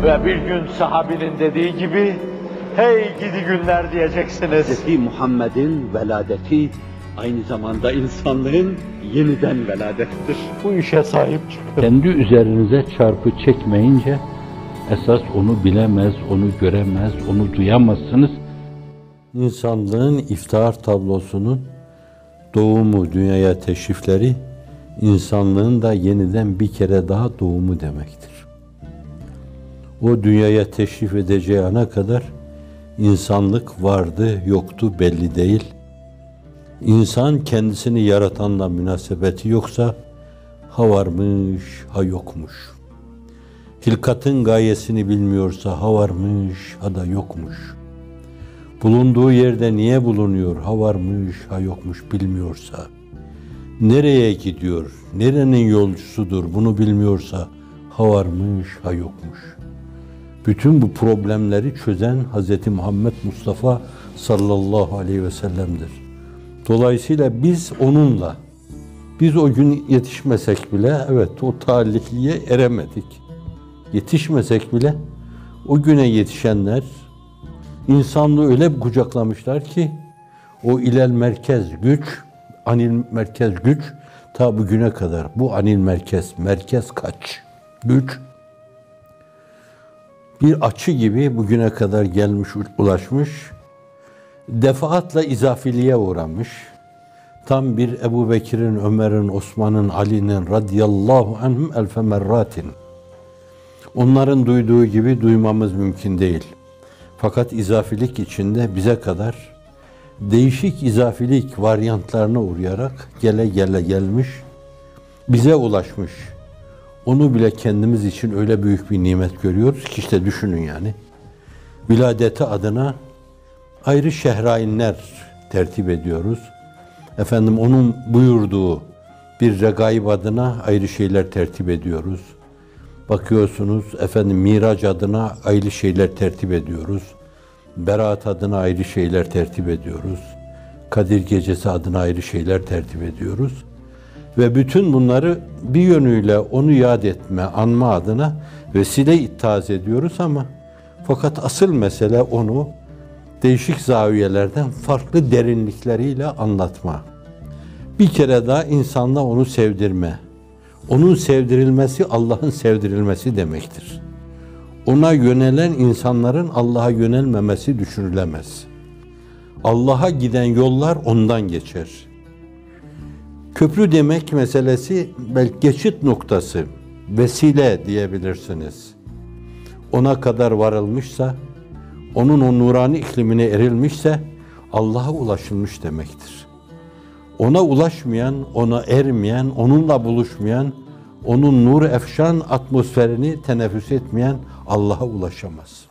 Ve bir gün sahabinin dediği gibi, hey gidi günler diyeceksiniz. Hz. Muhammed'in veladeti aynı zamanda insanlığın yeniden veladettir. Bu işe sahip çıkın. Kendi üzerinize çarpı çekmeyince, esas onu bilemez, onu göremez, onu duyamazsınız. İnsanlığın iftihar tablosunun doğumu, dünyaya teşrifleri, insanlığın da yeniden bir kere daha doğumu demektir. O dünyaya teşrif edeceği ana kadar insanlık vardı, yoktu belli değil. İnsan kendisini yaratanla münasebeti yoksa, ha varmış, ha yokmuş. Hilkatın gayesini bilmiyorsa, ha varmış, ha da yokmuş. Bulunduğu yerde niye bulunuyor, ha varmış, ha yokmuş bilmiyorsa, nereye gidiyor, nerenin yolcusudur bunu bilmiyorsa, ha varmış, ha yokmuş. Bütün bu problemleri çözen Hz. Muhammed Mustafa sallallahu aleyhi ve sellem'dir. Dolayısıyla biz onunla, biz o gün yetişmesek bile, evet o talihliye eremedik. Yetişmesek bile o güne yetişenler insanlığı öyle bir kucaklamışlar ki o ilel merkez güç, anil merkez güç ta bugüne kadar. Bu anil merkez kaç? Güç bir açı gibi bugüne kadar gelmiş, ulaşmış, defaatla izafiliğe uğramış. Tam bir Ebu Bekir'in, Ömer'in, Osman'ın, Ali'nin radıyallahu anhum elfe merratin. Onların duyduğu gibi duymamız mümkün değil. Fakat izafilik içinde bize kadar değişik izafilik varyantlarına uğrayarak gele gelmiş, bize ulaşmış. Onu bile kendimiz için öyle büyük bir nimet görüyoruz ki işte düşünün yani. Viladeti adına ayrı şehrainler tertip ediyoruz. Efendim onun buyurduğu bir regaib adına ayrı şeyler tertip ediyoruz. Bakıyorsunuz efendim Miraç adına ayrı şeyler tertip ediyoruz. Berat adına ayrı şeyler tertip ediyoruz. Kadir Gecesi adına ayrı şeyler tertip ediyoruz. Ve bütün bunları bir yönüyle onu yad etme, anma adına vesile ittihaz ediyoruz ama fakat asıl mesele onu değişik zaviyelerden farklı derinlikleriyle anlatma. Bir kere daha insanla onu sevdirme. Onun sevdirilmesi Allah'ın sevdirilmesi demektir. Ona yönelen insanların Allah'a yönelmemesi düşünülemez. Allah'a giden yollar ondan geçer. Köprü demek meselesi belki geçit noktası, vesile diyebilirsiniz. Ona kadar varılmışsa, onun o nurani iklimine erilmişse Allah'a ulaşılmış demektir. Ona ulaşmayan, ona ermeyen, onunla buluşmayan, onun nur efşan atmosferini teneffüs etmeyen Allah'a ulaşamaz.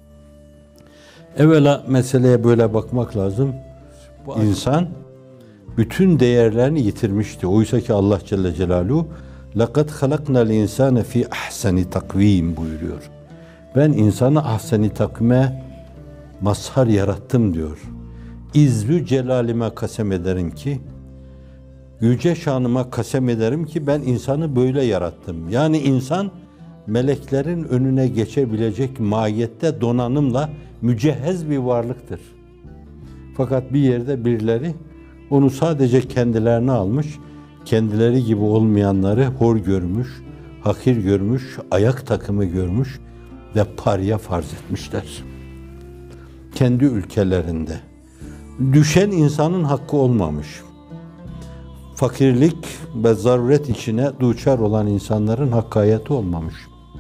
Evvela meseleye böyle bakmak lazım. İnsan bütün değerlerini yitirmişti. Oysa ki Allah Celle Celaluhu لَقَدْ خَلَقْنَا الْاِنْسَانَ فِي اَحْسَنِ takvim buyuruyor. Ben insanı ahsen-i takvime mazhar yarattım diyor. İzzü celalime kasem ederim ki, yüce şanıma kasem ederim ki ben insanı böyle yarattım. Yani insan meleklerin önüne geçebilecek mahiyette donanımla mücehhez bir varlıktır. Fakat bir yerde birileri onu sadece kendilerine almış, kendileri gibi olmayanları hor görmüş, hakir görmüş, ayak takımı görmüş ve parya farz etmişler. Kendi ülkelerinde. Düşen insanın hakkı olmamış. Fakirlik ve zaruret içine duçar olan insanların hakkı hayatı olmamış.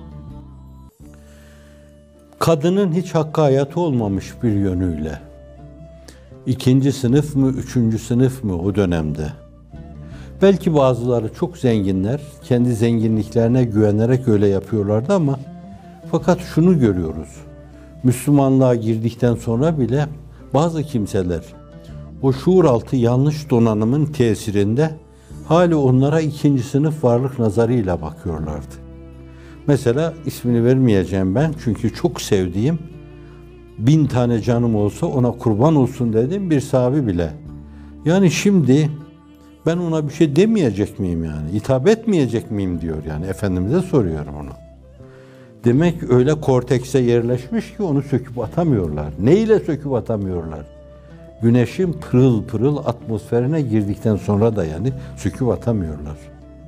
Kadının hiç hakkı hayatı olmamış bir yönüyle. İkinci sınıf mı, üçüncü sınıf mı o dönemde? Belki bazıları çok zenginler, kendi zenginliklerine güvenerek öyle yapıyorlardı ama fakat şunu görüyoruz. Müslümanlığa girdikten sonra bile bazı kimseler o şuur altı yanlış donanımın tesirinde hali onlara ikinci sınıf varlık nazarıyla bakıyorlardı. Mesela ismini vermeyeceğim ben çünkü çok sevdiğim 1000 tane canım olsa ona kurban olsun dedim bir sahabi bile. Yani şimdi ben ona bir şey demeyecek miyim yani? Hitap etmeyecek miyim diyor yani. Efendimiz'e soruyorum onu. Demek öyle kortekse yerleşmiş ki onu söküp atamıyorlar. Neyle söküp atamıyorlar? Güneşin pırıl pırıl atmosferine girdikten sonra da yani söküp atamıyorlar.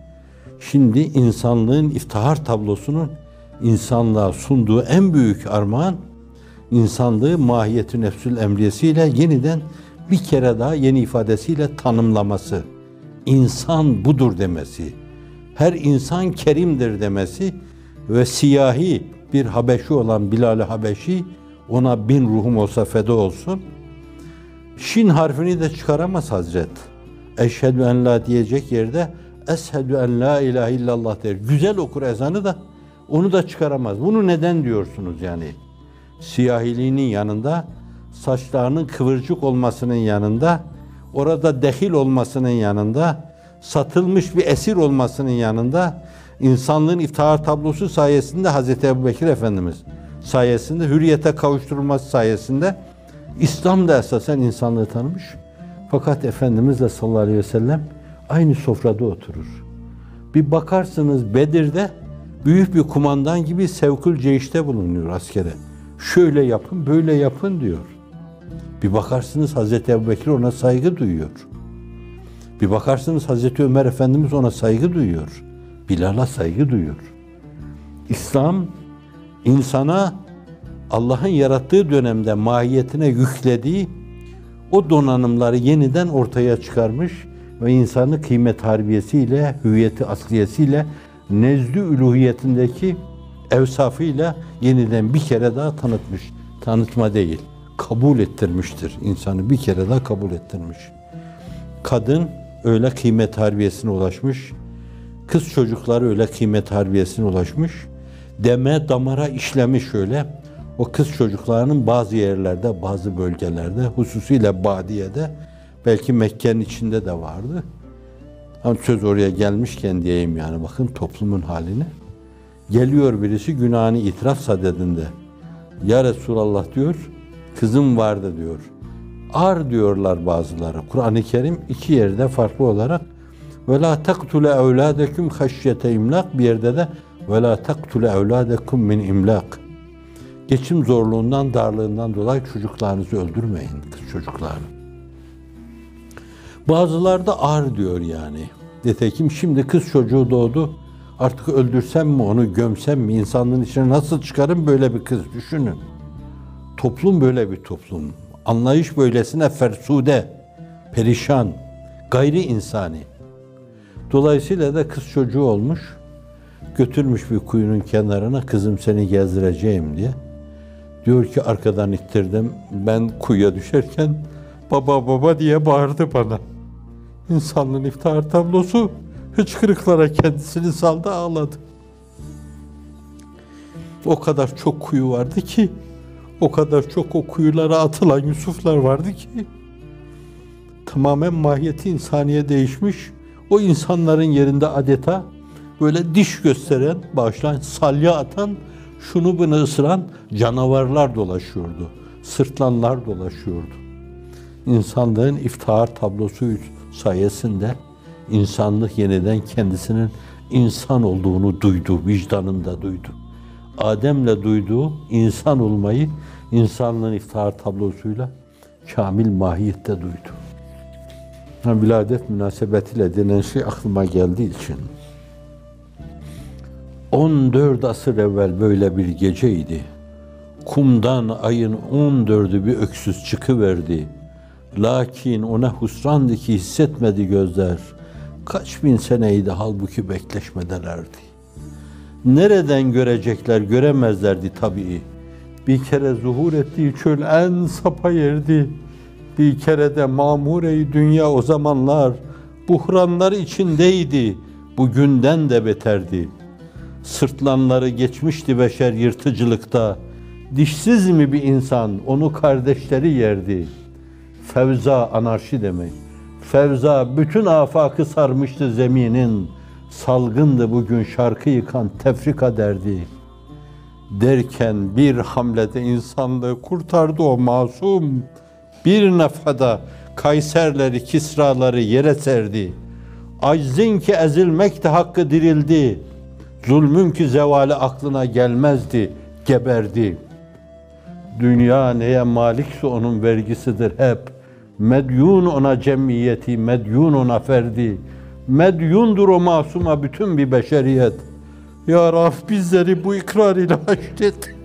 Şimdi insanlığın iftihar tablosunun insanlığa sunduğu en büyük armağan, insanlığı mahiyeti nefsül emriyesiyle yeniden bir kere daha yeni ifadesiyle tanımlaması. İnsan budur demesi. Her insan kerimdir demesi ve siyahi bir Habeşi olan Bilal-i Habeşi, ona 1000 ruhum olsa feda olsun. Şin harfini de çıkaramaz Hazret. Eşhedü en la diyecek yerde Eşhedü en la ilahe illallah der. Güzel okur ezanı da onu da çıkaramaz. Bunu neden diyorsunuz yani? Siyahiliğinin yanında, saçlarının kıvırcık olmasının yanında, orada dehil olmasının yanında, satılmış bir esir olmasının yanında, insanlığın iftihar tablosu sayesinde Hazreti Ebubekir Efendimiz sayesinde, hürriyete kavuşturulması sayesinde İslam da esasen insanlığı tanımış. Fakat Efendimiz de sallallahu aleyhi ve sellem aynı sofrada oturur. Bir bakarsınız Bedir'de büyük bir kumandan gibi sevkül ceyişte bulunuyor askere. Şöyle yapın, böyle yapın diyor. Bir bakarsınız Hazreti Ebubekir ona saygı duyuyor. Bir bakarsınız Hazreti Ömer Efendimiz ona saygı duyuyor. Bilal'a saygı duyuyor. İslam insana Allah'ın yarattığı dönemde mahiyetine yüklediği o donanımları yeniden ortaya çıkarmış ve insanı kıymet harbiyesiyle, hüviyeti asliyesiyle, nezdü üluhiyetindeki evsafıyla yeniden bir kere daha tanıtmış. Tanıtma değil, kabul ettirmiştir. İnsanı bir kere daha kabul ettirmiş. Kadın öyle kıymet harbiyesine ulaşmış, kız çocukları öyle kıymet harbiyesine ulaşmış, deme damara işlemiş öyle. O kız çocuklarının bazı yerlerde, bazı bölgelerde, hususiyle Badiye'de, belki Mekke'nin içinde de vardı. Ama söz oraya gelmişken diyeyim yani, bakın toplumun haline. Geliyor birisi günahını itiraf sadedinde. Ya Resulallah diyor, kızım vardı diyor. Ar diyorlar bazıları. Kur'an-ı Kerim iki yerde farklı olarak ve la taktule evladekum haşyete imlak, bir yerde de ve la taktule evladekum min imlak. Geçim zorluğundan, darlığından dolayı çocuklarınızı öldürmeyin, kız çocuklarını. Bazıları da ar diyor yani. Nitekim şimdi kız çocuğu doğdu. Artık öldürsem mi onu, gömsem mi, insanlığın içine nasıl çıkarım böyle bir kız, düşünün. Toplum böyle bir toplum. Anlayış böylesine fersude, perişan, gayri insani. Dolayısıyla da kız çocuğu olmuş, götürmüş bir kuyunun kenarına, kızım seni gezdireceğim diye. Diyor ki arkadan ittirdim, ben kuyuya düşerken baba baba diye bağırdı bana. İnsanlığın iftihar tablosu hıçkırıklara kendisini saldı, ağladı. O kadar çok kuyu vardı ki, o kadar çok o kuyulara atılan Yusuflar vardı ki, tamamen mahiyeti insaniye değişmiş, o insanların yerinde adeta böyle diş gösteren, bağışlayan, salya atan, şunu bunu ısıran canavarlar dolaşıyordu. Sırtlanlar dolaşıyordu. İnsanlığın iftihar tablosu sayesinde insanlık yeniden kendisinin insan olduğunu duydu, vicdanında duydu. Adem'le duyduğu insan olmayı insanlığın iftihar tablosuyla kamil mahiyette duydu. Viladet münasebetiyle denen şey aklıma geldiği için 14 asır evvel böyle bir geceydi. Kumdan ayın 14'ü bir öksüz çıkıverdi. Lakin ona husrandı ki hissetmedi gözler. Kaç bin seneydi halbuki bekleşmedelerdi. Nereden görecekler, göremezlerdi tabii. Bir kere zuhur ettiği çöl en sapa yerdi. Bir kere de mamure-i dünya o zamanlar buhranlar içindeydi. Bugünden de beterdi. Sırtlanları geçmişti beşer yırtıcılıkta. Dişsiz mi bir insan, onu kardeşleri yerdi. Fevza anarşi demek. Fevza bütün afakı sarmıştı zeminin. Salgındı bugün şarkı yıkan tefrika derdi. Derken bir hamlede insanlığı kurtardı o masum. Bir nefhada Kayserleri, Kisraları yere serdi. Aczin ki ezilmekte hakkı dirildi. Zulmün ki zevali aklına gelmezdi, geberdi. Dünya neye malikse onun vergisidir hep. Medyun ona cemiyeti, medyun ona ferdi. Medyundur o masuma bütün bir beşeriyet. Ya Rab bizleri bu ikrar ile haşret.